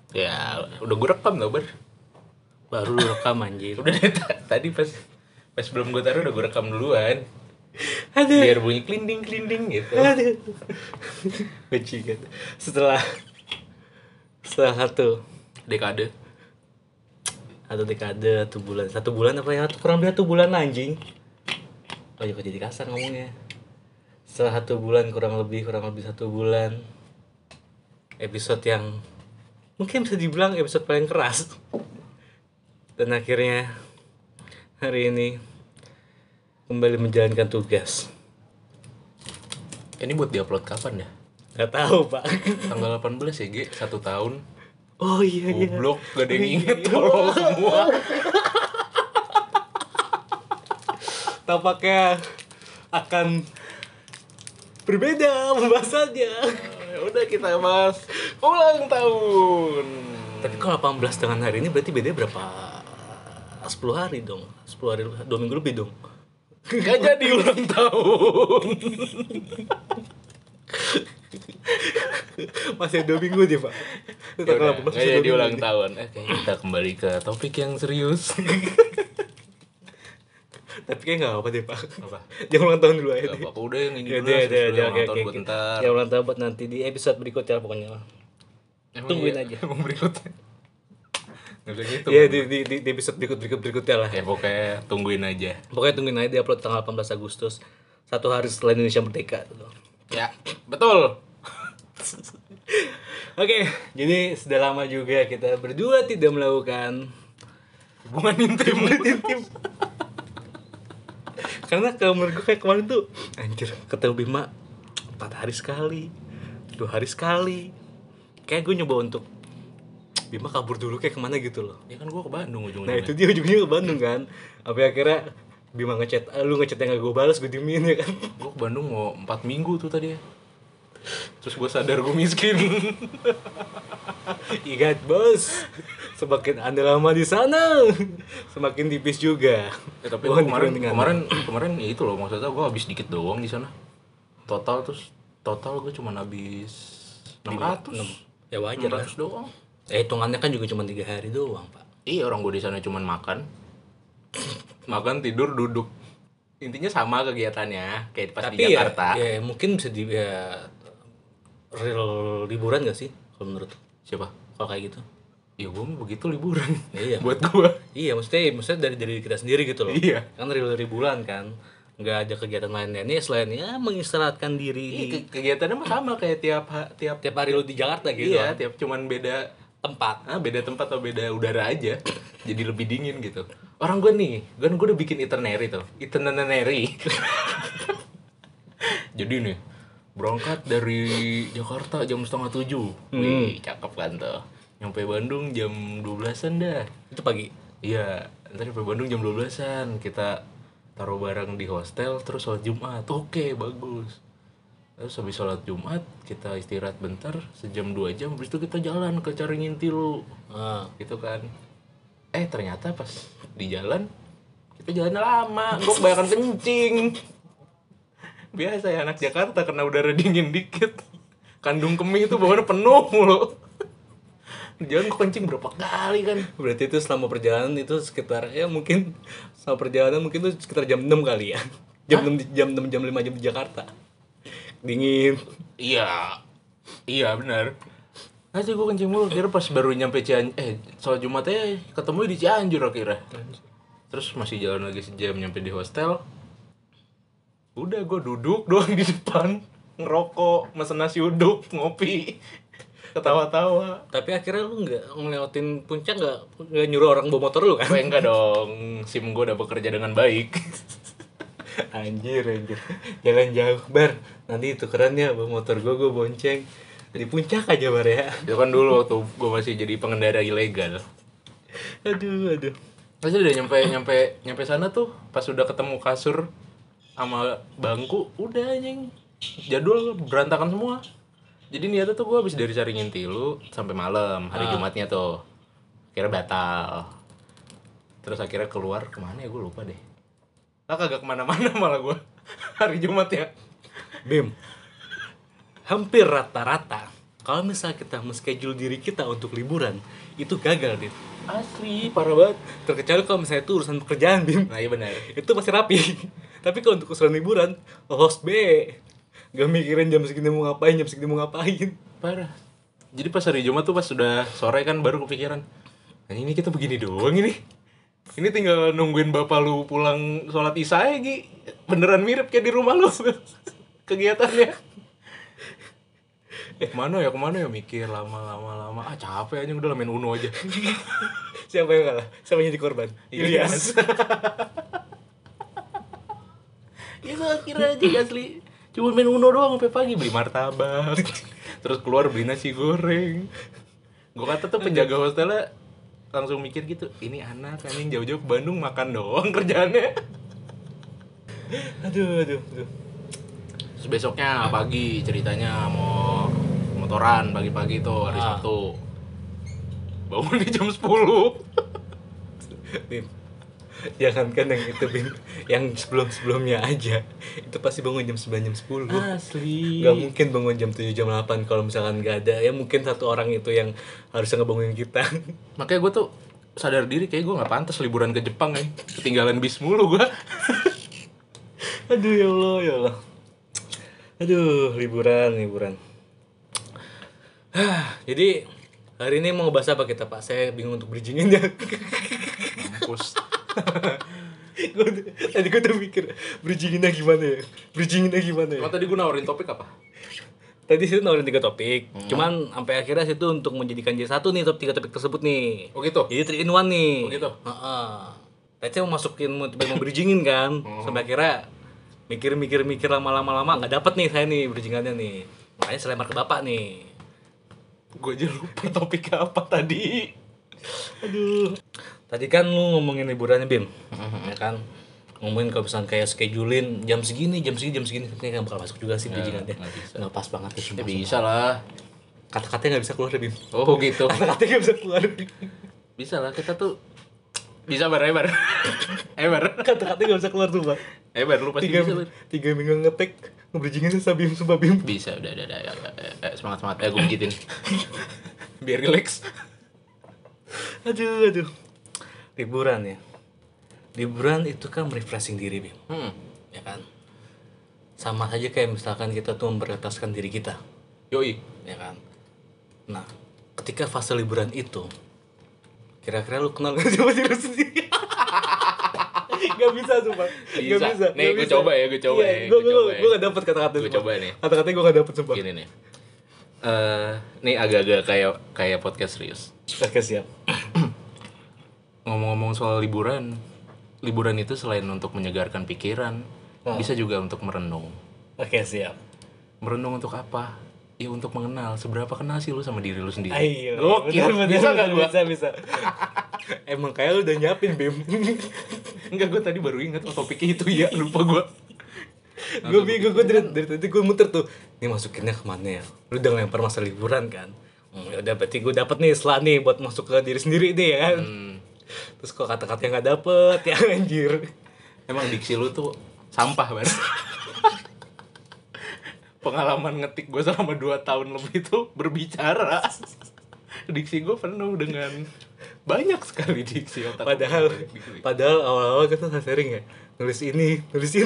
Ya, udah gue rekam tau Bar. Baru lu rekam anjir. Udah deh, tadi pas belum gue taruh udah gue rekam duluan. Aduh. Biar bunyi klinding gitu. Aduh. Bajingan. Setelah satu Dekade. dekade, 1 bulan apa ya? Kurang lebih 1 bulan anjing. Oh ya kok jadi kasar ngomongnya. Setelah 1 bulan kurang lebih 1 bulan. Episode yang mungkin bisa dibilang episode paling keras. Dan akhirnya hari ini kembali menjalankan tugas. Ini buat diupload kapan ya? Gak tahu pak. Tanggal 18 ya G, 1 tahun. Oh iya iya. Goblok, gak ada yang inget tolong semua. Tampaknya akan berbeda pembahasannya. Ya udah kita bahas ulang tahun. Tapi kalau 18 dengan hari ini berarti bedanya berapa? 10 hari dong. 10 hari 2 minggu lebih dong. Gak jadi ulang tahun. Masih 2 minggu deh, Pak. Ya udah, gak jadi ulang tahun. Oke, kita kembali ke topik yang serius. Tapi kayak enggak apa deh, Pak. Apa? Jangan ulang tahun dulu aja. Gak apa-apa, udah yang ini Ya dulu lah. udah Ulang tahun buat ntar. Ya ulang tahun buat nanti di episode berikutnya pokoknya. Emang Tungguin iya? aja. Emang berikutnya. Gak bisa gitu. Iya di episode berikutnya lah. Ya pokoknya tungguin aja. Pokoknya tungguin aja di upload tanggal 18 Agustus. 1 hari setelah Indonesia merdeka gitu. Ya, betul. Oke, jadi sudah lama juga kita berdua tidak melakukan Hubungan intim. Karena kalau menurut gue kayak kemarin tuh anjir, ketemu Bima 4 hari sekali, 2 hari sekali. Kayak gue nyoba untuk Bima kabur dulu kayak kemana gitu loh. Ya kan gua ke Bandung Nah ujung-ujungnya. itu dia ujungnya ke Bandung kan. Apa akhirnya Bima ngechat, lu ngechat yang gak gue balas, gue diemin ya kan. Gua ke Bandung mau 4 minggu tuh tadi ya. Terus gua sadar gua miskin. Ingat bos, semakin anda lama di sana, semakin tipis juga. Ya, tapi Mohon kemarin diperhatikan. kemarin ya itu loh, maksudnya gua habis dikit doang di sana. Total gua cuma habis 600. Ya wajar lah. 600 doang. Hitungannya kan juga cuma 3 hari doang pak. Iya, orang gua di sana cuma makan. Makan, tidur, duduk. Intinya sama kegiatannya kayak pas di Tapi Jakarta. ya mungkin bisa di real liburan gak sih kalau menurut Siapa? kalau kayak gitu? Ya gua mah begitu liburan. Iya. Buat gua. Iya maksudnya dari kita sendiri gitu loh. Iya. Kan real liburan kan, nggak ada kegiatan lainnya nih selain ya mengistirahatkan diri Iya, di kegiatannya mah sama kayak tiap tiap hari lu di Jakarta gitu. iya, tiap cuman beda Tempat. beda tempat atau beda udara aja. Jadi lebih dingin gitu. Orang gue nih, gue udah bikin itinerary tuh. Itinerary. Jadi nih, berangkat dari Jakarta jam 6:30. Wih, cakep kan tuh. Nyampe Bandung jam 12-an dah. Itu pagi. Iya, ntar nyampe Bandung jam 12-an. Kita taruh barang di hostel, terus sholat Jumat. Oke, bagus. Terus habis sholat Jumat, kita istirahat bentar, sejam 2 jam. Habis itu kita jalan ke Caringin-Tilu. Ah. Gitu kan. Ternyata pas di jalan, kita jalannya lama. Gue kebanyakan kencing. Biasa ya anak Jakarta kena udara dingin dikit. Kandung kemih itu bawahnya penuh mulu. Di jalan gue kencing berapa kali kan. Berarti itu selama perjalanan itu sekitar ya mungkin selama perjalanan mungkin itu sekitar jam 6 kali ya. Jam 6 jam 6 jam 5 jam di Jakarta. Dingin. Iya benar. Nanti gue kencing mulu, kira pas baru nyampe sholat Jumatnya ketemu di Cianjur akhirnya. Terus masih jalan lagi sejam nyampe di hostel. Udah gue duduk doang di depan, ngerokok, mesen nasi uduk, ngopi, ketawa-tawa. Tapi akhirnya lu nggak ngelewatin puncak, nggak nyuruh orang bawa motor lu kan? Enggak dong, SIM gue udah bekerja dengan baik. Anjir. Jalan jauh, Bar. Nanti tukeran ya bawa motor gue bonceng. Di puncak aja, Bar ya. Itu kan dulu waktu gue masih jadi pengendara ilegal. Aduh. Terus udah nyampe sana tuh, pas udah ketemu kasur sama bangku, udah anjing. Jadwal berantakan semua. Jadi niatnya tuh gue habis dari Caringin-Tilu sampai malam, hari Jumatnya tuh. Akhirnya batal. Terus akhirnya keluar kemana ya gue lupa deh. Kagak kemana-mana malah gue hari Jumat ya. Bim. Hampir rata-rata kalau misalnya kita men-schedule diri kita untuk liburan, itu gagal, Bim. Asli, parah banget. Terkecuali kalau misalnya itu urusan pekerjaan, Bim. Nah iya benar. Itu pasti rapi. Tapi kalau untuk urusan liburan, host B. Gak mikirin jam segini mau ngapain, jam segini mau ngapain. Parah. Jadi pas hari Jumat tuh pas sudah sore kan baru kepikiran, nah ini kita begini doang ini. Ini tinggal nungguin bapak lu pulang sholat isya ya, Gi. Beneran mirip kayak di rumah lu kegiatannya. Kemana ya mikir lama. Ah capek aja udah lah main Uno aja. Siapa yang kalah? Siapa yang jadi korban? Ilyas. Itu akhirnya aja asli. Cuma main Uno doang sampai pagi, beli martabak. Terus keluar beli nasi goreng. Gue kata tuh penjaga hostelnya langsung mikir gitu, ini anak anjing jauh-jauh ke Bandung makan doang kerjaannya. Aduh. Terus besoknya pagi ceritanya mau motoran pagi-pagi tuh hari Sabtu. Bangun di jam 10. Bim, jangankan yang itu, Bim, yang sebelum-sebelumnya aja itu pasti bangun jam 9, jam 10. Asli. Gak mungkin bangun jam 7, jam 8 kalau misalkan gak ada. Ya mungkin satu orang itu yang harusnya ngebangunin kita. Makanya gue tuh sadar diri kayak gue gak pantas liburan ke Jepang ya. Ketinggalan bis mulu gue. Aduh ya Allah. Aduh, liburan. Jadi hari ini mau ngebahas apa kita, Pak? Saya bingung untuk bridging-nya. Mampus. Tadi gue tuh mikir bridging-nya gimana ya? Emang tadi gue nawarin topik apa? Tadi situ nawarin 3 topik. Cuman sampai akhirnya situ untuk menjadikan jadi satu nih 3 topik tersebut nih. Oh gitu? Jadi 3 in 1 nih. Oh gitu? Heeh. Tadi saya mau masukin mau bridgingin kan. Sampai akhirnya mikir lama-lama enggak dapat nih saya nih bridgingannya nih. Makanya saya lempar ke Bapak nih. Gue aja lupa topiknya apa tadi. Aduh. Tadi kan lu ngomongin liburannya, Bim. Ya kan? Ngomongin kalau misalnya kayak schedulein jam segini kayaknya bakal masuk juga sih bridgingannya. Nggak pas banget ya Ya bisa lah. Kata-katanya nggak bisa keluar ya, Bim. Oh gitu. Kata-katanya nggak bisa keluar. Bisa lah, kita tuh bisa Ebar. Kata-katanya nggak bisa keluar tuh, Pak. Ebar lu pasti bisa. 3 minggu ngetek ngebridgingin susah, Bim, sumpah, Bim. Bisa, udah. Semangat. Gue pijitin. Biar relax. Aduh. Liburan ya. Liburan itu kan refreshing diri, Bim. Ya kan? Sama saja kayak misalkan kita tuh memprioritaskan diri kita. Yoi. Ya kan? Nah, ketika fase liburan itu, kira-kira lu kenal gak sama diri lu sendiri? Gak bisa, sumpah. Gak bisa. Nih, gue coba ya. Gue gak dapet kata-kata. Gue coba nih. Kata-katanya gue gak dapet, sumpah. Gini nih. Nih agak-agak kayak podcast serius. Oke, siap. Ngomong-ngomong soal liburan itu selain untuk menyegarkan pikiran, bisa juga untuk merenung. Oke, siap. Merenung untuk apa? Ya untuk mengenal seberapa kenal sih lu sama diri lu sendiri. Ayo. Gokil, bisa gak gua? Bisa. Emang kayak lu udah nyiapin, Bim. Enggak, gue tadi baru ingat topiknya itu ya, lupa gue. Gue bingung, gue dari tadi gue muter tuh. Ini masukinnya kemana ya? Lu udah ngelempar masa liburan kan? Ya udah, berarti gue dapet nih setelah nih buat masuk ke diri sendiri nih ya kan? Terus kok kata-katanya gak dapet ya, anjir. Emang diksi lu tuh sampah banget. Pengalaman ngetik gue selama 2 tahun lebih tuh berbicara. Diksi gue penuh dengan banyak sekali diksi otak. Padahal awal-awal kita sharing ya, nulis ini.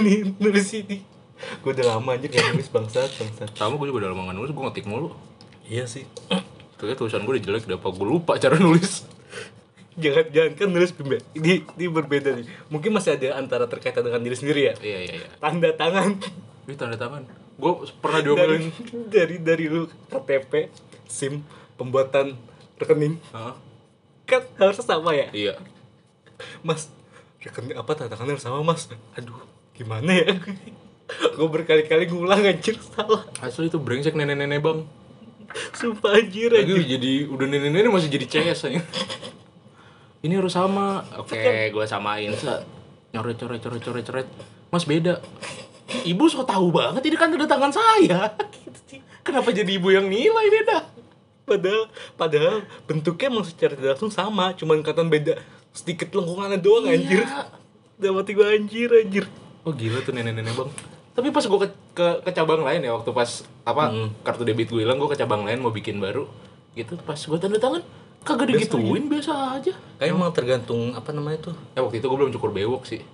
Gue udah lama aja gak nulis, bangsat. Sama gue juga udah lama gak nulis, gue ngetik mulu. Iya sih. Kayaknya tulisan gue udah jelek, udah apa gue lupa cara nulis. Jangan kan nulis, Bim. Ini berbeda nih. Mungkin masih ada antara terkaitan dengan diri sendiri ya. Iya. Tanda tangan. Ini tanda tangan. Gue pernah diomelin dari lu KTP, SIM, pembuatan rekening. Hah? Kan harusnya sama ya? Iya. Mas, rekening apa tanda tangannya sama, Mas? Aduh, gimana ya? Gue berkali-kali ngulang, anjir, salah. Asli itu brengsek nenek-nenek, Bang. Sumpah, anjir. Lagi jadi udah nenek-nenek masih jadi CS aja. Ini harus sama. Oke, gue samain. Coret. Mas beda. Ibu so tahu banget ini kan tanda tangan saya. Kenapa jadi ibu yang nilai beda? Padahal bentuknya emang secara tidak langsung sama, cuman katan beda sedikit lengkungannya doang, anjir. Iya. Dapat gue anjir. Oh gila tuh nenek-nenek, Bang. Tapi pas gue ke cabang lain ya, waktu pas kartu debit gue hilang, gue ke cabang lain mau bikin baru gitu, pas gue tanda tangan kagak digituin, biasa aja. Kayak emang tergantung apa namanya tuh. Waktu itu gue belum cukur bewok sih.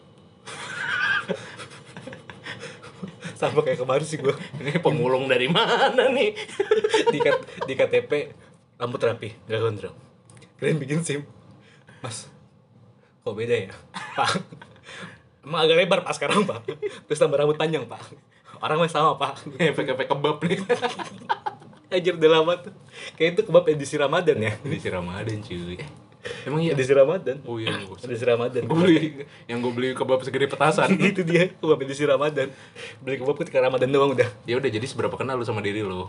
Sama kayak kemarin sih gue. Ini pemulung dari mana nih? di KTP rambut rapi, gak gondrong. Kalian bikin SIM, Mas. Kok beda ya, Pak? Emang agak lebar Pak sekarang Pak. Terus tambah rambut panjang Pak. Orang masih sama Pak. Efek-efek kebab nih. Anjir udah lama tuh. Kayak itu kebab edisi Ramadan ya. Edisi Ramadan cuy. Emang iya? Edisi Ramadan. Oh iya. Edisi Ramadan. Yang gue beli kebab segede petasan. Itu dia kebab edisi Ramadan. Beli kebab ketika Ramadan doang udah. Ya udah, jadi seberapa kenal lu sama diri lu?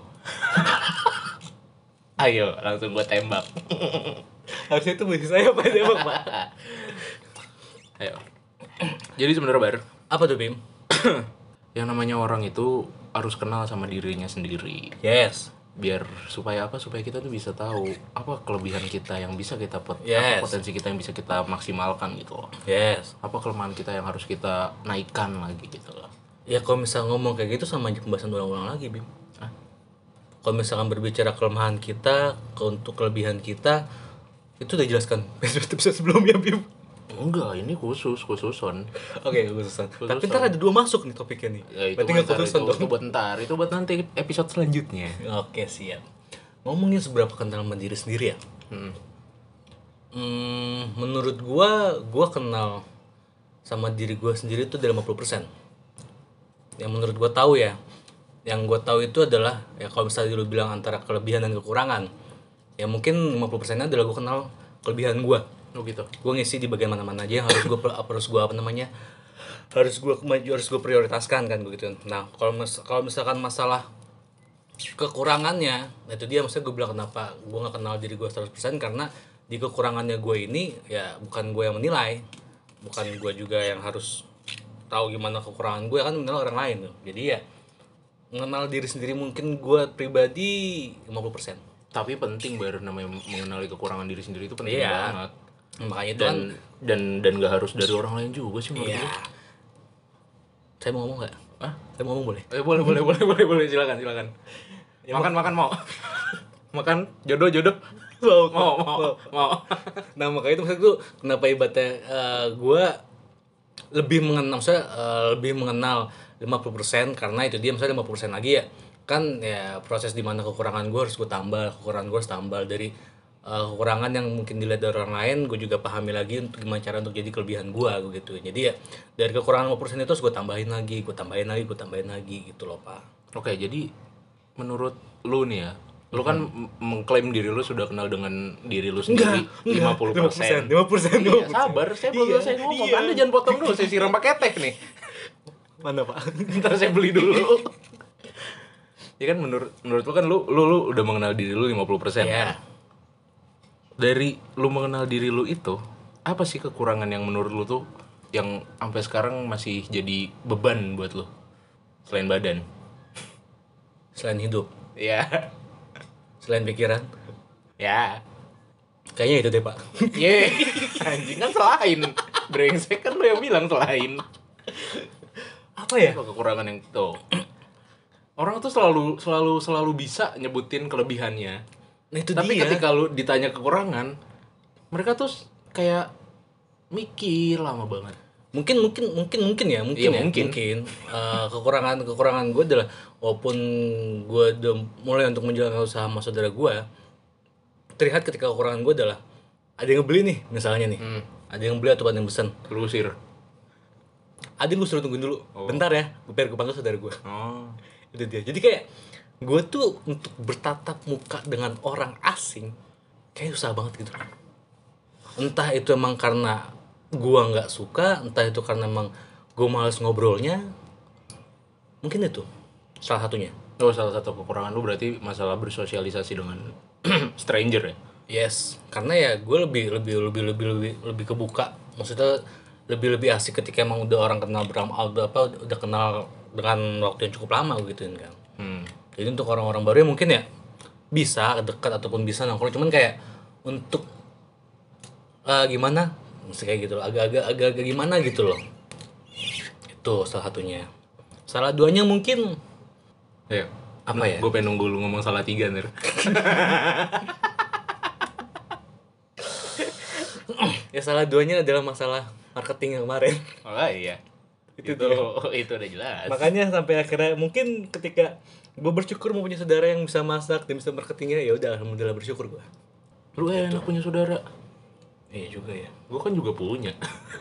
Ayo langsung gue tembak. Harusnya itu musik saya Pak tembak Pak. Ayo. Jadi sebenarnya Bar, Apa tuh Bim? yang namanya orang itu harus kenal sama dirinya sendiri. Yes. Biar supaya apa? Supaya kita tuh bisa tahu apa kelebihan kita yang bisa kita apa Yes. potensi kita yang bisa kita maksimalkan gitu loh. Yes. Apa kelemahan kita yang harus kita naikkan lagi gitu loh. Ya kalau misalnya ngomong kayak gitu sama aja pembahasan ulang-ulang lagi Bim. Hah? Kalau misalkan berbicara kelemahan kita, untuk kelebihan kita, itu udah jelaskan episode sebelumnya Bim. Enggak, ini khususon. Oke, khususan. Tapi ntar ada 2 masuk nih topiknya nih. Ya, itu Berarti nggak khususan dong. itu buat ntar, itu buat nanti episode selanjutnya. Oke, siap. Ngomongin seberapa kenal sama diri sendiri ya. Menurut gua kenal sama diri gua sendiri itu dari 50%. Yang menurut gua tahu ya. Yang gua tahu itu adalah ya kalau misalnya lu bilang antara kelebihan dan kekurangan. Ya mungkin 50%-nya adalah gua kenal kelebihan gua. Oh gitu. Gue ngisi di bagian mana-mana aja yang harus gue harus gue prioritaskan kan begitu. Nah kalau misalkan masalah kekurangannya, itu dia maksudnya gue bilang kenapa gue nggak kenal diri gue 100% karena di kekurangannya gue ini ya bukan gue yang menilai, bukan gue juga yang harus tahu gimana kekurangan gue, kan menilai orang lain tuh. Jadi ya mengenal diri sendiri mungkin gue pribadi 50%. Tapi penting baru namanya mengenali kekurangan diri sendiri itu penting Iya. banget. Makanya itu Dan nggak harus dari orang lain juga sih menurut iya. gue. Saya mau ngomong nggak? Hah? Saya mau ngomong boleh? Boleh, silakan. Ya, makan mau. Makan jodoh. Mau. Nah makanya itu maksud gue kenapa ibaratnya gue lebih mengenal 50% karena itu dia misalnya 50% lagi ya kan ya proses dimana kekurangan gue harus gue tambah dari kekurangan yang mungkin dilihat dari orang lain gue juga pahami lagi untuk gimana cara untuk jadi kelebihan gue gitu. Jadi ya dari kekurangan 50% itu harus gue tambahin lagi gitu loh Pak. Oke, jadi menurut lu nih ya, lu kan mengklaim diri lu sudah kenal dengan diri lu sendiri 50%. 50%. Iya, sabar, saya belum selesai ngomong. Anda jangan potong dulu, saya siram pakai teh nih. Mana Pak? Ntar saya beli dulu. Ya kan menurut lu kan lu udah mengenal diri lu 50%. Iya. Dari lu mengenal diri lu itu, apa sih kekurangan yang menurut lu tuh yang sampai sekarang masih jadi beban buat lu? Selain badan. Selain hidup, Ya. selain pikiran, Ya. kayaknya itu deh Pak. Ye. Anjing kan selain. Brengsek kan lu yang bilang selain. Apa ya? Apa kekurangan yang tuh? Orang tuh selalu bisa nyebutin kelebihannya. Nah itu Tapi dia. ketika lu ditanya kekurangan, mereka tuh kayak mikir lama banget. Mungkin ya. Kekurangan gue adalah walaupun gue udah mulai untuk menjalankan usaha sama saudara gue, terlihat ketika kekurangan gue adalah ada yang beli nih misalnya nih, ada yang beli atau ada yang pesan, Lu usir. ada yang gue suruh tungguin dulu, bentar ya, biar gue panggil saudara gue. Oh. Itu dia. Jadi kayak gue tuh untuk bertatap muka dengan orang asing kayak susah banget gitu. Entah itu emang karena gue nggak suka, entah itu karena emang gue malas ngobrolnya, mungkin itu salah satunya. Oh, salah satu kekurangan lu berarti masalah bersosialisasi dengan stranger ya. Yes, karena ya gue lebih kebuka, maksudnya lebih asik ketika emang udah orang kenal udah kenal dengan waktu yang cukup lama gitu kan. Jadi untuk orang-orang baru ya mungkin ya bisa dekat ataupun bisa nongkrong, cuman kayak untuk gimana, mesti kayak gitu loh, agak gimana gitu loh. Itu salah satunya. Salah duanya mungkin Ayo. Apa ya? Gue pengen nunggu lu ngomong salah 3 nih. ya salah duanya adalah masalah marketing yang kemarin. Oh iya. Itu udah jelas. Makanya sampai akhirnya mungkin ketika gue bersyukur mau punya saudara yang bisa masak dan bisa marketingnya, ya udah alhamdulillah bersyukur gue. Lu enak punya saudara. Iya juga ya. Gue kan juga punya.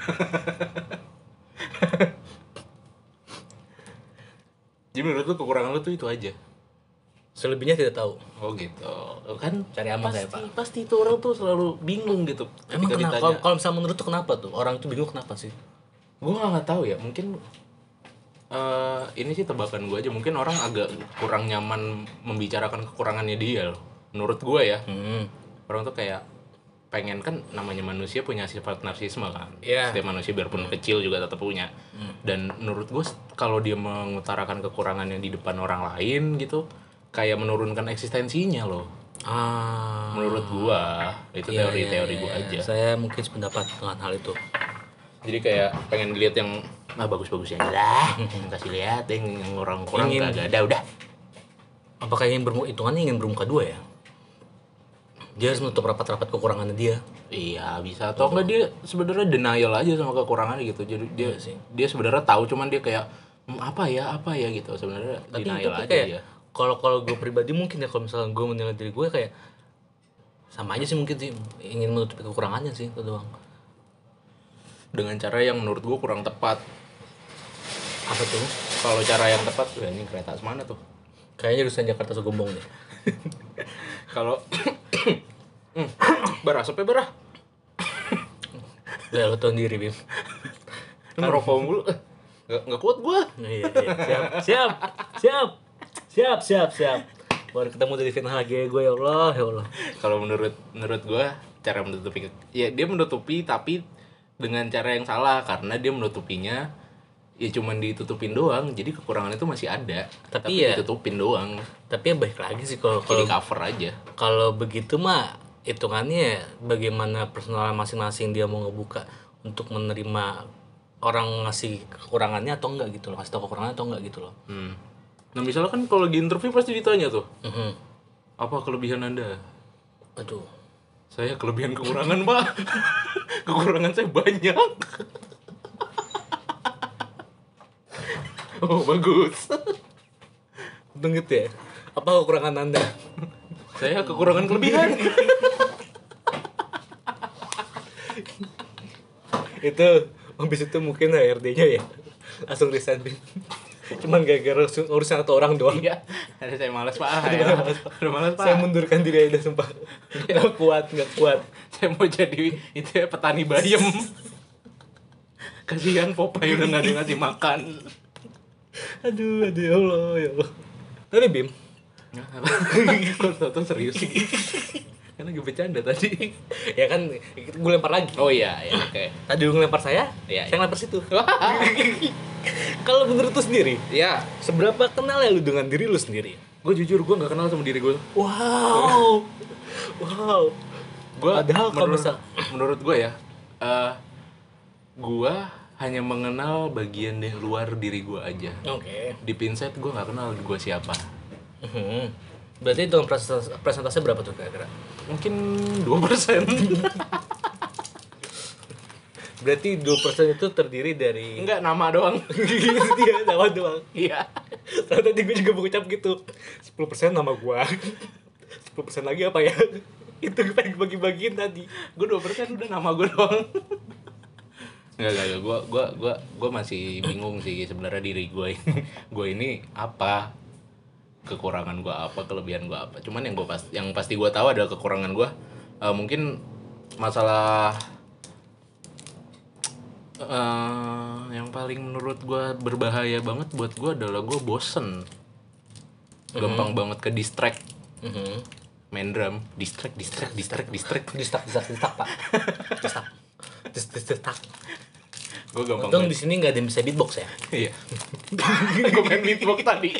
Jadi menurut lu kekurangan lu tuh itu aja? Selebihnya tidak tahu. Oh gitu. Kan Cari aman saya, Pak. Pasti itu orang tuh selalu bingung gitu. Emang ketika kenapa? ditanya. Kalau misalnya menurut tuh kenapa tuh? Orang itu bingung kenapa sih? Gue nggak tahu ya, mungkin ini sih tebakan gue aja, mungkin orang agak kurang nyaman membicarakan kekurangannya dia loh, menurut gue ya. Orang tuh kayak pengen, kan namanya manusia punya sifat narsisme kan. Iya. Setiap manusia biarpun kecil juga tetap punya. Dan menurut gue kalau dia mengutarakan kekurangannya di depan orang lain gitu, kayak menurunkan eksistensinya loh. Menurut gue itu teori-teori gue aja. Saya mungkin sependapat dengan hal itu. Jadi kayak pengen dilihat yang bagus-bagus aja lah, kasih lihat yang kurang-kurang kagak ada udah. Apakah hitungannya ingin bermuka dua ya? Dia harus menutup rapat-rapat kekurangannya dia. Iya bisa, atau enggak dia sebenarnya denial aja sama kekurangannya gitu. Jadi dia sebenarnya tahu, cuman dia kayak apa ya gitu, sebenarnya denial aja kayak, dia. Kalau gue pribadi mungkin ya, kalau misalnya gue menilai diri gue kayak sama aja sih, mungkin sih ingin menutupi kekurangannya sih, itu doang. Dengan cara yang menurut gue kurang tepat. Apa tuh? Kalau cara yang tepat, ya ini kereta semana tuh? Kayaknya jurusan Jakarta Sugombong deh. Kalau barah, sampai barah. Ya lo tau sendiri, Bim. Lu ngerokok mulu, nggak kuat gue. Iya. Siap. Baru ketemu dari final lagi gue, ya Allah. Kalau menurut gue cara menutupi, ya dia menutupi tapi dengan cara yang salah, karena dia menutupinya ya cuman ditutupin doang, jadi kekurangan itu masih ada tapi ya ditutupin doang. Tapi ya baik lagi sih kalau di cover aja. Kalau begitu mah hitungannya bagaimana personal masing-masing dia mau ngebuka untuk menerima orang ngasih kekurangannya atau enggak gitu loh, kasih tau kekurangannya atau enggak gitu loh. Nah misalnya kan kalau di interview pasti ditanya tuh, apa kelebihan Anda? Aduh, saya kelebihan kekurangan Pak. Kekurangan saya banyak. Oh bagus. untung gitu ya. Apa kekurangan Anda? Saya kekurangan kelebihan. Itu habis itu mungkin HRD-nya ya langsung resign. Cuman gara-gara urusan satu orang doang. Iya. Ada saya malas Pak. Udah malas Pak. Saya mundurkan diri aja sumpah. Nggak kuat. Saya mau jadi itu ya, petani bayam. Kasihan Popeye udah nggak ada yang ngasih makan. Aduh ya Allah. Tapi Bim, kok tau serius sih? Kan lagi bercanda tadi. ya kan gue lempar lagi. Oh iya, oke. Tadi lu ngelempar saya, Iya. saya ngelempar situ. Kalau menurut lu sendiri, Ya, seberapa kenal ya lu dengan diri lu sendiri? gue jujur gue nggak kenal sama diri gue. Wow. Gue Padahal kalau menurut gue ya, gue hanya mengenal bagian dari luar diri gue aja. Oke. Deep inside gue nggak kenal gue siapa. Berarti dengan presentasi berapa tuh kira-kira? Mungkin 2%. Berarti 2% itu terdiri dari Enggak, nama doang. dia nama doang. Iya. Soalnya tadi gue juga mengucap gitu. 10% nama gua. 10% lagi apa ya? Itu pengen bagi-bagiin tadi. Gue 2% udah nama gue doang. Enggak, gue masih bingung sih sebenarnya diri gue ini. Gue ini apa? Kekurangan gue apa, kelebihan gue apa? Cuman yang pasti gue tahu adalah kekurangan gue. Mungkin masalah yang paling menurut gue berbahaya banget buat gue adalah gue bosen. Gampang banget ke distract. Main drum, distract Pak. Distak. Gue gampang Untung di sini nggak ada yang bisa beatbox ya. Iya. Gue main beatbox tadi.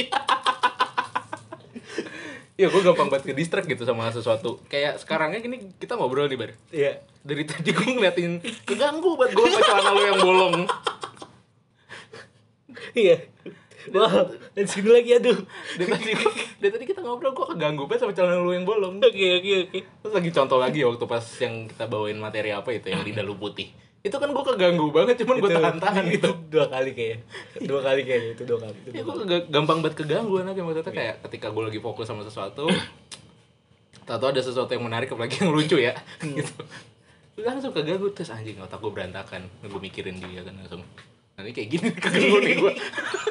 Iya, gue gampang banget ke distract gitu sama sesuatu. Kayak sekarangnya gini kita ngobrol nih, Bar. Iya. Dari tadi gue ngeliatin, keganggu buat gue sama celana lu yang bolong. Iya. Wah, dan sini lagi aduh. Dari tadi kita ngobrol kok keganggu banget sama celana lu yang bolong. Oke. Terus lagi contoh lagi waktu pas yang kita bawain materi apa itu yang lidah lu putih. Itu kan gua keganggu banget cuman gua tahan-tahan itu gitu. 2 kali kayaknya. 2 kali kayaknya itu 2 kali. Ya gua gampang banget keganggu anaknya maksudnya kayak ketika gua lagi fokus sama sesuatu tahu ada sesuatu yang menarik apalagi yang lucu ya gitu. Langsung keganggu terus anjing otak gua berantakan. Gua mikirin dia kan langsung. Nanti kayak gini keganggu nih gua.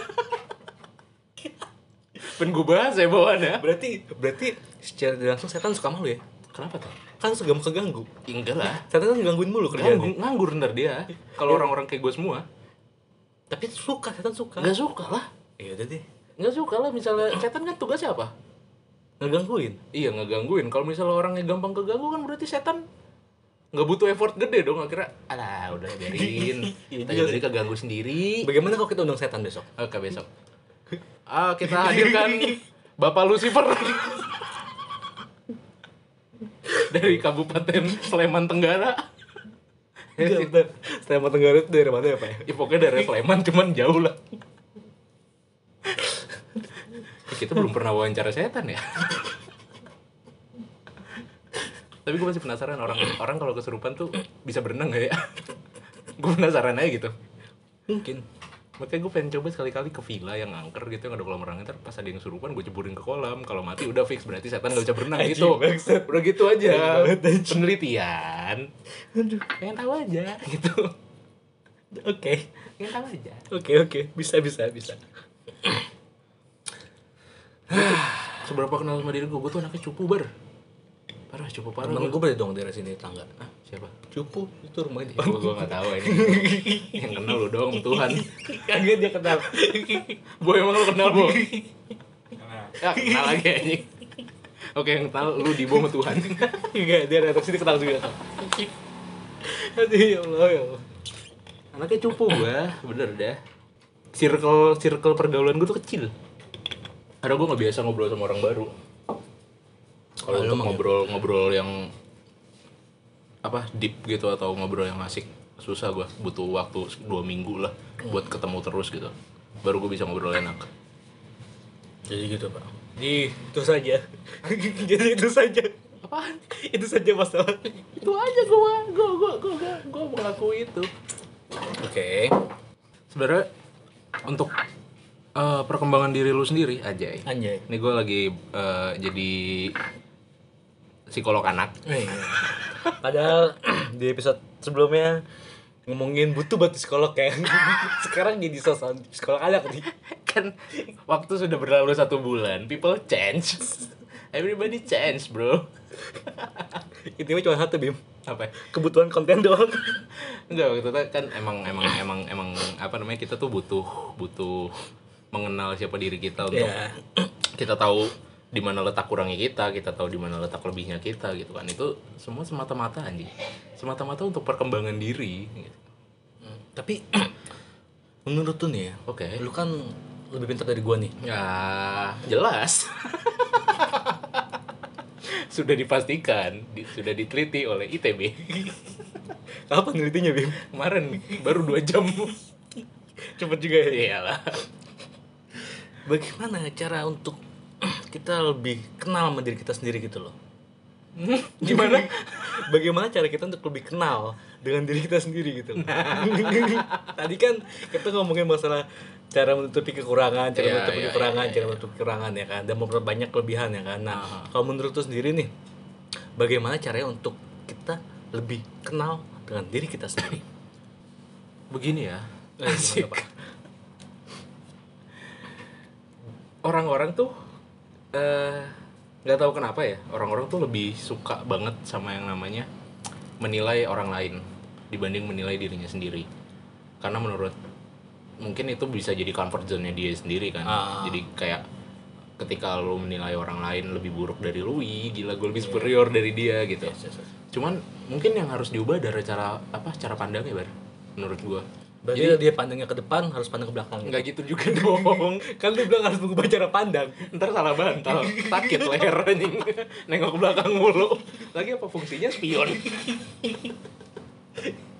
Pen gue bahas ya bawaannya. Berarti secara tidak langsung setan suka malu ya? Kenapa tuh? Kan suka keganggu. Enggak lah. Setan kan gangguin mulu kerjaannya. Nganggur ntar dia. Kalau orang-orang kayak gue semua. Tapi setan suka. Gak suka lah. Ya udah deh. Gak suka lah. Misalnya setan kan tugasnya apa? Ngegangguin. Iya ngegangguin. Kalau misalnya orangnya gampang keganggu kan berarti setan nggak butuh effort gede dong. Akhirnya alah udah biarin. Tadi keganggu sendiri. Bagaimana kalau kita undang setan besok? Oke besok. Kita hadirkan Bapak Lucifer dari Kabupaten Sleman Tenggara. Sleman Tenggara itu daerah mana ya Pak? Ya pokoknya daerah Sleman cuman jauh lah. Kita belum pernah wawancara setan ya. Tapi gue masih penasaran orang kalau kesurupan tuh bisa berenang gak ya? Gue penasaran aja gitu. Mungkin. Makanya gue pengen coba sekali-kali ke villa yang angker gitu yang ada kolam renang. Ntar pas ada yang kesurupan gue ceburin ke kolam. Kalau mati udah fix berarti setan gak bisa berenang gitu. Udah gitu aja. Penelitian. Aduh. Pengen tahu aja gitu. Oke. Pengen tahu aja. Oke. Bisa. Seberapa kenal sama diri gue tuh anaknya cupu bar. Parah cupu parah. Temen gue berarti dong daerah sini tangga. Siapa? Cupu itu rumahnya. Ya, gue gak tahu ini. Yang kenal lu doang Tuhan. Kaget dia kenal. Boy emang lu kenal Boy? Ya kenal lagi anjing. Oke yang kenal lu di bawah Tuhan. Enggak, dia datang sini kenal juga. Aduh ya Allah. Anaknya cupu gua, bener dah. Circle pergaulan gua tuh kecil. Karena gua nggak biasa ngobrol sama orang baru. Kalau untuk ngobrol yang apa deep gitu atau ngobrol yang asik susah gua, butuh waktu 2 minggu lah buat ketemu terus gitu. Baru gua bisa ngobrol enak. Jadi gitu Pak. Itu saja. Jadi itu saja. Apaan? Itu saja masalah. Itu aja gua mengakui itu. Oke. Sebenarnya untuk perkembangan diri lu sendiri aja. Anjay. Ini gue lagi jadi psikolog anak. Padahal di episode sebelumnya ngomongin butuh buat psikolog ya. Sekarang jadi sosok psikolog anak nih. Kan waktu sudah berlalu 1 bulan, people change. Everybody change, bro. Intinya cuma satu, Bim. Apa? Kebutuhan konten doang. Enggak, waktu itu kan emang apa namanya, kita tuh butuh mengenal siapa diri kita untuk kita tahu di mana letak kurangnya kita tahu di mana letak lebihnya kita gitu kan. Itu semua semata-mata anjing. Semata-mata untuk perkembangan diri gitu. Tapi menurut tuh nih ya, Oke. lu kan lebih pintar dari gua nih. Ya, jelas. Sudah dipastikan, sudah diteliti oleh ITB. Kapan nelitinya, Bim? Kemarin baru 2 jam. Cepet juga ya. Iyalah. Bagaimana cara untuk kita lebih kenal sama diri kita sendiri gitu loh? Gimana? Bagaimana cara kita untuk lebih kenal dengan diri kita sendiri gitu? Tadi kan kita ngomongin masalah cara menutupi kekurangan, cara menutupi kekurangan ya kan, dan memperbanyak kelebihan ya kan. Nah, kalau menurut lu sendiri nih, bagaimana caranya untuk kita lebih kenal dengan diri kita sendiri? Begini ya. Asik. Orang-orang tuh nggak tahu kenapa ya, orang-orang tuh lebih suka banget sama yang namanya menilai orang lain dibanding menilai dirinya sendiri. Karena menurut mungkin itu bisa jadi comfort zone-nya dia sendiri kan. Jadi kayak ketika lu menilai orang lain lebih buruk dari lu, gila gue lebih superior dari dia gitu. Cuman mungkin yang harus diubah dari cara pandangnya, Bar, menurut gua. Berarti Jadi, dia pandangnya ke depan, harus pandang ke belakang. nggak gitu juga dong. Kan lu bilang harus mengubah cara pandang. Ntar salah bantal, sakit leher anjing. Nengok ke belakang mulu. Lagi apa fungsinya spion?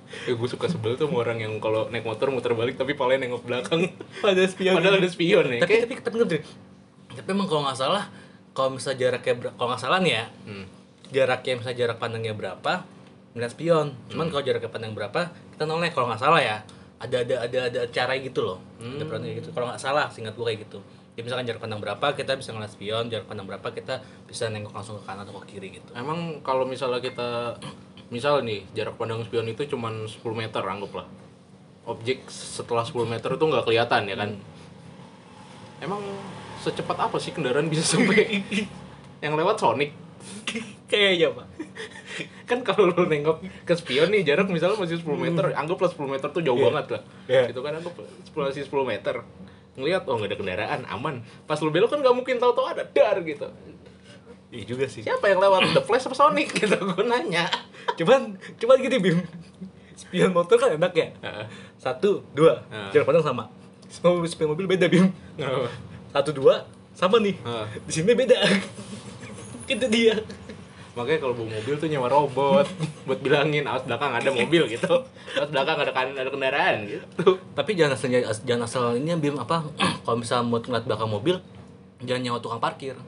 Gue suka sebel tuh sama orang yang kalau naik motor muter balik tapi palanya nengok belakang. Ada spion. Padahal ada spion ya. Tapi ngerti. Tapi emang kalau nggak salah, kalau misalnya jaraknya kalau nggak salah nih ya, jaraknya misalnya jarak pandangnya berapa, ngeliat spion. Cuman kalau jaraknya pandang berapa, kita noleh kalau nggak salah ya. Ada cara gitu loh. Ada peraturan gitu. Kalau nggak salah, seingat gue kayak gitu. Jadi misalkan jarak pandang berapa kita bisa ngeliat spion, jarak pandang berapa kita bisa nengok langsung ke kanan atau ke kiri gitu. Emang kalau misalnya kita misal nih jarak pandang spion itu cuman 10 meter anggaplah. Objek setelah 10 meter itu nggak kelihatan ya kan. Emang secepat apa sih kendaraan bisa sampai yang lewat Sonic? Kayaknya Pak. Kan kalau lu nengok ke spion nih jarak misalnya masih 10 meter, anggaplah 10 meter tuh jauh banget lah. Itu kan anggap masih 10 meter. Ngelihat oh nggak ada kendaraan, aman. Pas lu belok kan nggak mungkin tahu-tahu ada dar gitu. Iya juga sih. Siapa yang lewat The Flash apa Sonic gitu gue nanya. Cuman gini Bim. Spion motor kan enak ya. 1, 2, jarak pandang sama. Spion mobil beda Bim. Kenapa? 1, 2 sama nih. Di sini beda. Itu dia. Makanya kalau bawa mobil tuh nyewa robot buat bilangin awas belakang ada mobil gitu. Awas belakang ada kendaraan gitu. Tapi jangan asal ini Bim apa kalau misalnya mau ngeliat belakang mobil jangan nyewa tukang parkir.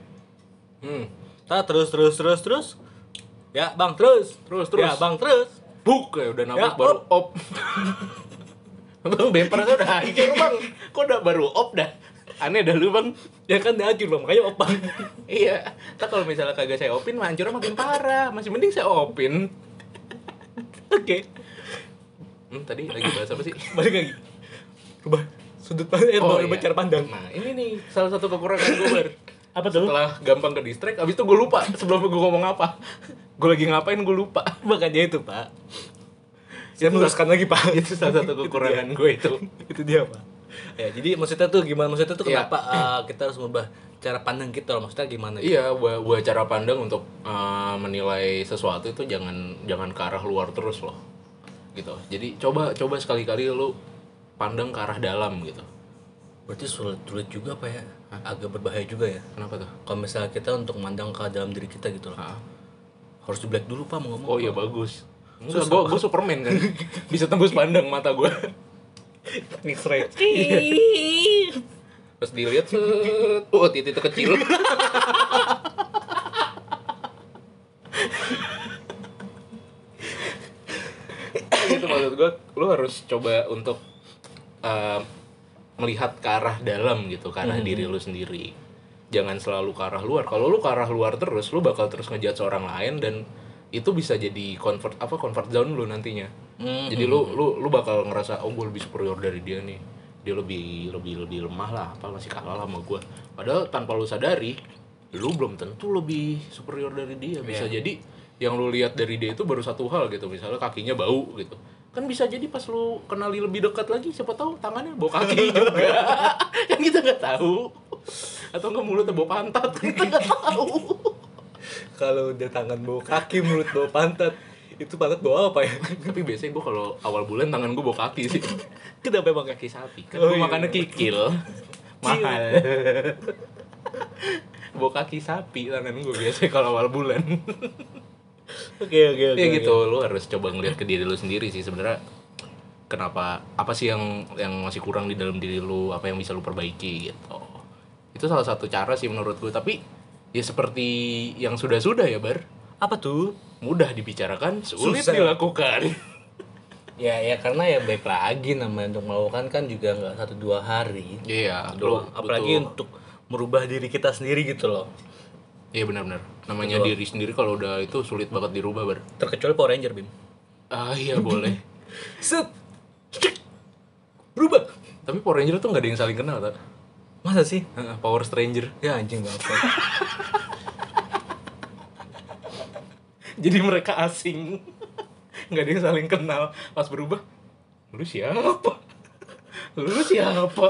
Terus. Ya, Bang, terus. Ya, Bang, terus. Buk ya udah nabrak Ya, baru op. Bang bempernya udah hancur, Bang. Kok udah baru op dah? Aneh dah lu, Bang. Ya kan hancur, Bang, makanya op, Bang. Iya. Ntar kalau misalnya kagak saya opin, hancurnya makin parah. Masih mending saya opin. Oke. Tadi lagi bahas apa sih? Balik lagi. Rubah sudut pandang, rubah cara pandang. Nah, ini nih salah satu kekurangan gue, Bar. Apa tuh? Setelah gampang ke distract, abis itu gue lupa sebelum gue ngomong apa. Gue lagi ngapain gue lupa. Makanya itu, Pak. Saya meluruskan lagi, Pak. Itu salah satu kekurangan gue itu. Itu dia, Pak. Ya, jadi maksudnya tuh gimana? Maksudnya tuh kenapa kita harus merubah cara pandang kita loh? Maksudnya gimana? Gitu? Iya, buat cara pandang untuk menilai sesuatu itu jangan ke arah luar terus loh. Gitu. Jadi coba sekali-kali lu pandang ke arah dalam gitu. Berarti sulit juga apa ya? Agak berbahaya juga ya. Kenapa tuh? Kalau misalnya kita untuk memandang ke dalam diri kita gitu loh. Harus di black dulu, Pak, mau ngomong. Oh iya bagus. Enggak, gue Superman kan. Bisa tembus pandang mata gue. X-ray. Pas dilihat titik kecil. Gitu maksud gue, lu harus coba untuk melihat ke arah dalam gitu, ke arah diri lu sendiri. Jangan selalu ke arah luar. Kalau lu ke arah luar terus, lu bakal terus ngejudge orang lain dan itu bisa jadi comfort zone lu nantinya. Jadi lu bakal ngerasa oh gue lebih superior dari dia nih. Dia lebih lemah lah, apa masih kalah sama gue. Padahal tanpa lu sadari, lu belum tentu lebih superior dari dia. Bisa jadi yang lu lihat dari dia itu baru satu hal gitu, misalnya kakinya bau gitu. Kan bisa jadi pas lu kenali lebih dekat lagi, siapa tahu tangannya bau kaki juga. Kan kita nggak tahu. Atau nggak mulutnya bau pantat, kita nggak tahu. Kalau udah tangan bau kaki, mulut bau pantat, itu pantat bau apa ya? Tapi biasanya gue kalau awal bulan tangan gue bau kaki sih. Kenapa emang Kaki sapi. Kan gue makannya kikil. Mahal. Bau kaki sapi tangan gue biasanya kalau awal bulan. Oke. Ya gitu, lu harus coba ngeliat ke diri lu sendiri sih sebenarnya. Kenapa? Apa sih yang masih kurang di dalam diri lu? Apa yang bisa lu perbaiki gitu. Itu salah satu cara sih menurut gue. Tapi ya seperti yang sudah-sudah ya, Bar. Apa tuh? Mudah dibicarakan, sulit Susah dilakukan. Ya karena ya baik lagi namanya untuk melakukan kan juga nggak 1-2 hari. Iya, apalagi untuk merubah diri kita sendiri gitu loh. Iya benar-benar. Namanya diri sendiri kalau udah itu sulit banget dirubah, Bar. Terkecuali Power Ranger, Bim. Iya boleh. Set. Berubah. Tapi Power Ranger tuh nggak ada yang saling kenal, tak? Masa sih? Power Stranger. Ya anjing banget. Jadi mereka asing. Nggak ada yang saling kenal. Pas berubah, lu siapa? Lu siapa?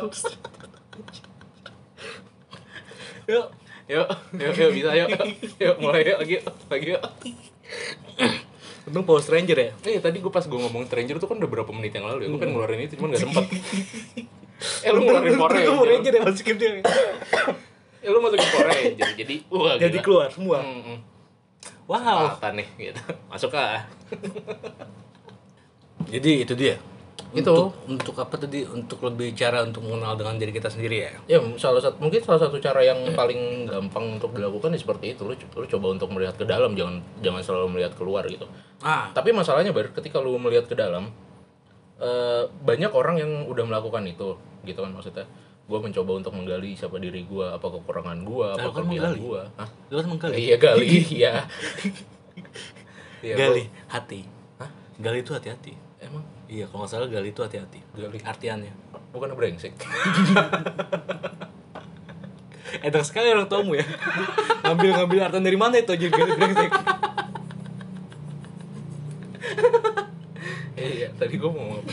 Yuk, bisa yuk mulai yuk lagi yuk. Untung Power Stranger ya? Tadi gue pas gue ngomong Stranger tuh kan udah berapa menit yang lalu ya. Gue pengen ngeluarin itu cuman gak sempet. Lu ngeluarin Power Ranger ya masukin dia. Lu masukin Power Ranger jadi jadi keluar semua. Wow. Kelihatan nih gitu. Masuk ah. Jadi itu dia. Itu. Untuk apa tadi? Untuk lebih cara untuk mengenal dengan diri kita sendiri ya. Ya mungkin salah satu cara yang paling gampang untuk dilakukan ya seperti itu. Lu coba untuk melihat ke dalam, jangan selalu melihat keluar gitu. Tapi masalahnya ketika lu melihat ke dalam, banyak orang yang udah melakukan itu gitu kan, maksudnya gue mencoba untuk menggali siapa diri gue, apa kekurangan gue, apa kelebihan gue. Lu kan menggali. Iya gali, iya. Gali hati. Hah? Gali itu hati-hati. Emang? Iya, kalau nggak salah gali itu hati-hati. Gali artiannya. Bukan brengsek. Enak sekali orang tuamu ya. Ngambil artian dari mana itu aja gali brengsek. Iya, tadi gue mau ngomong apa?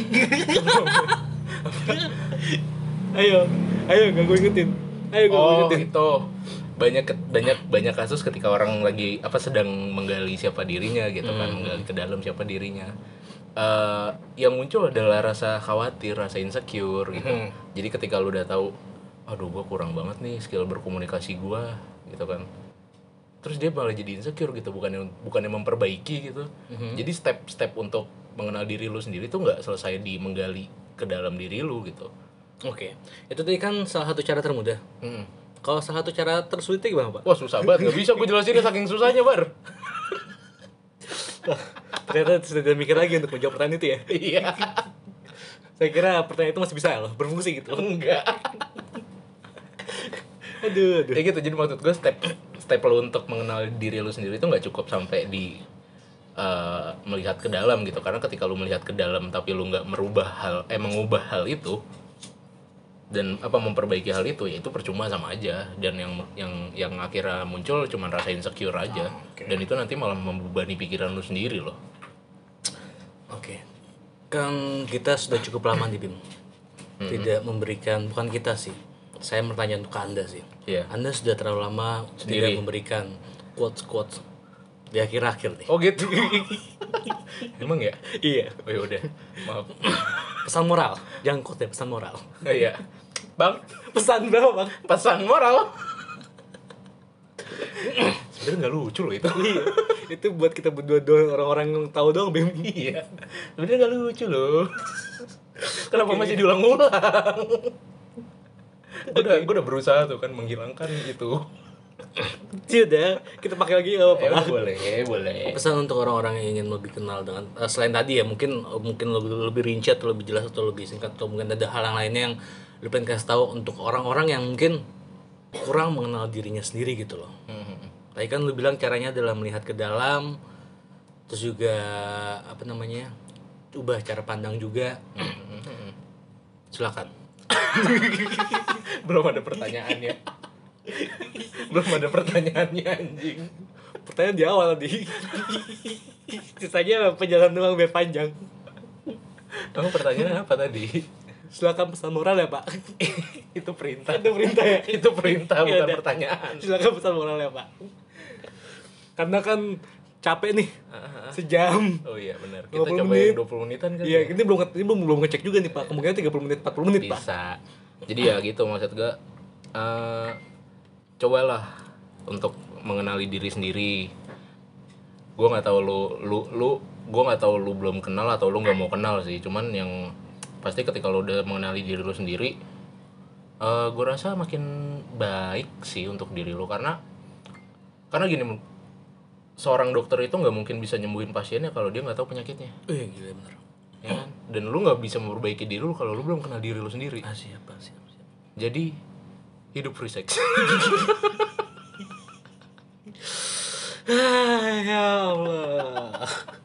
Ayo, gak gue ingetin. Itu banyak kasus ketika orang lagi sedang menggali siapa dirinya gitu kan, menggali ke dalam siapa dirinya. Yang muncul adalah rasa khawatir, rasa insecure gitu. Jadi ketika lu udah tahu, aduh gue kurang banget nih skill berkomunikasi gue gitu kan. Terus dia malah jadi insecure gitu, bukannya memperbaiki gitu. Jadi step untuk mengenal diri lu sendiri tuh nggak selesai di menggali ke dalam diri lu gitu. Oke, itu tadi kan salah satu cara termudah. Kalau salah satu cara tersulitnya gimana, Pak? Wah, susah banget, nggak bisa gue jelasinnya saking susahnya, Bar. Ternyata sudah mikir lagi untuk menjawab pertanyaan itu ya? Iya. Saya kira pertanyaan itu masih bisa loh, berfungsi gitu. Enggak. Aduh. Ya gitu, jadi maksud gue step lo untuk mengenal diri lo sendiri itu nggak cukup sampai di melihat ke dalam gitu. Karena ketika lo melihat ke dalam tapi lo nggak mengubah hal itu dan memperbaiki hal itu, ya itu percuma sama aja. Dan yang akhirnya muncul cuma rasa insecure aja. Dan itu nanti malah membebani pikiran lo sendiri loh. Oke. Kan kita sudah cukup lama di BIM. Tidak memberikan, bukan kita sih. Saya bertanya untuk Anda sih. Iya. Anda sudah terlalu lama tidak memberikan quotes di akhir-akhir nih. Oh gitu. Emang ya? Iya. Oh ya udah. Maaf. Pesan moral, jangan quotes ya, pesan moral. Iya. Bang, Pesan berapa, Bang? pesan moral. Sebenarnya nggak lucu loh itu. Iya. Itu buat kita berdua doang, orang-orang yang tahu doang, BIM. Iya. Sebenarnya nggak lucu loh. Kenapa masih diulang-ulang? Gue udah berusaha tuh kan menghilangkan itu. Sudah, kita pakai lagi nggak apa-apa. Boleh. Pesan untuk orang-orang yang ingin lebih kenal dengan selain tadi ya, mungkin lebih rinci atau lebih jelas atau lebih singkat, atau mungkin ada hal yang lainnya yang lu pengen kasih tahu untuk orang-orang yang mungkin kurang mengenal dirinya sendiri gitu loh. Tadi kan lu bilang caranya adalah melihat ke dalam, terus juga ubah cara pandang juga. Silakan. Belum ada pertanyaannya. Anjing. Pertanyaan di awal tadi. Sisanya penjelasan doang biar panjang. Kamu pertanyaan apa tadi? Silakan pesan moral ya, Pak. Itu perintah. Ya. Itu perintah bukan Yaudah. pertanyaan. Silakan pesan moral ya, Pak. Karena kan capek nih. Sejam. Oh iya benar. Kita 20 coba menit. yang 20 menitan kan. Iya, ini belum ngecek juga nih, Pak. Kemungkinan 30 menit, 40 menit, Pak. Bisa. Jadi ya gitu maksud gue. Cobalah untuk mengenali diri sendiri. Gue nggak tahu gue nggak tahu lu belum kenal atau lu nggak mau kenal sih. Cuman yang pasti ketika lu udah mengenali diri lu sendiri, gue rasa makin baik sih untuk diri lu karena gini, seorang dokter itu nggak mungkin bisa nyembuhin pasiennya kalau dia nggak tahu penyakitnya. Gila bener. Ya kan? Dan lu nggak bisa memperbaiki diri lu kalau lu belum kenal diri lu sendiri. Siap. Jadi hidup free sex. Ya Allah.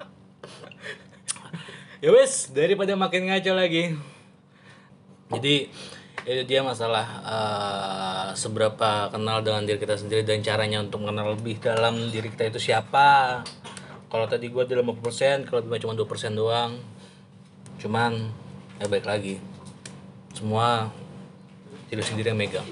Ya wes, daripada makin ngaco lagi. Jadi itu dia masalah seberapa kenal dengan diri kita sendiri dan caranya untuk mengenal lebih dalam diri kita itu siapa. Kalau tadi gue ada 50%, kalau lebih cuma 2% doang. Cuman ya baik lagi. Semua diri sendiri yang megang.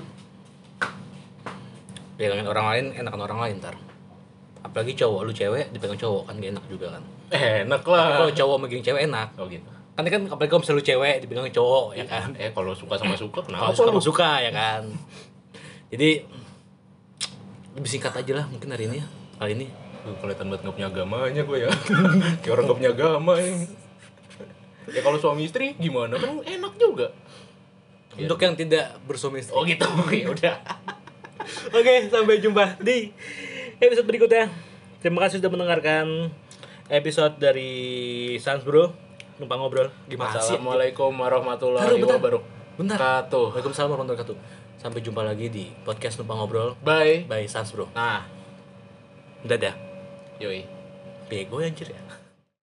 Pegangin orang lain enakan orang lain ntar. Apalagi cowok, lu cewek dipegang cowok kan gak enak juga kan. Enak Tapi lah. kalau cowok megang cewek enak. Oh gitu. Kan apalagi kalau misalnya lu cewek dipegang cowok ya kan. Kalau suka sama suka Kalau kenapa suka lu? suka ya kan. Jadi lebih singkat aja lah mungkin hari ini ya. Kali ini Kelihatan banget gak punya agamanya gue ya. Kayak orang gak punya agama ya. Ya kalau suami istri gimana kan enak juga. Untuk yang tidak bersuami istri. Oh gitu. Ya udah. Oke, sampai jumpa di episode berikutnya. Terima kasih sudah mendengarkan episode dari Sans Bro Numpang Ngobrol. Gimana sih? Assalamualaikum warahmatullahi Bentar. wabarakatuh. Waalaikumsalam warahmatullahi wabarakatuh. Sampai jumpa lagi di podcast Numpang Ngobrol Bye. by Sans Bro. Nah, Dadah. yoi. Bego anjir ya.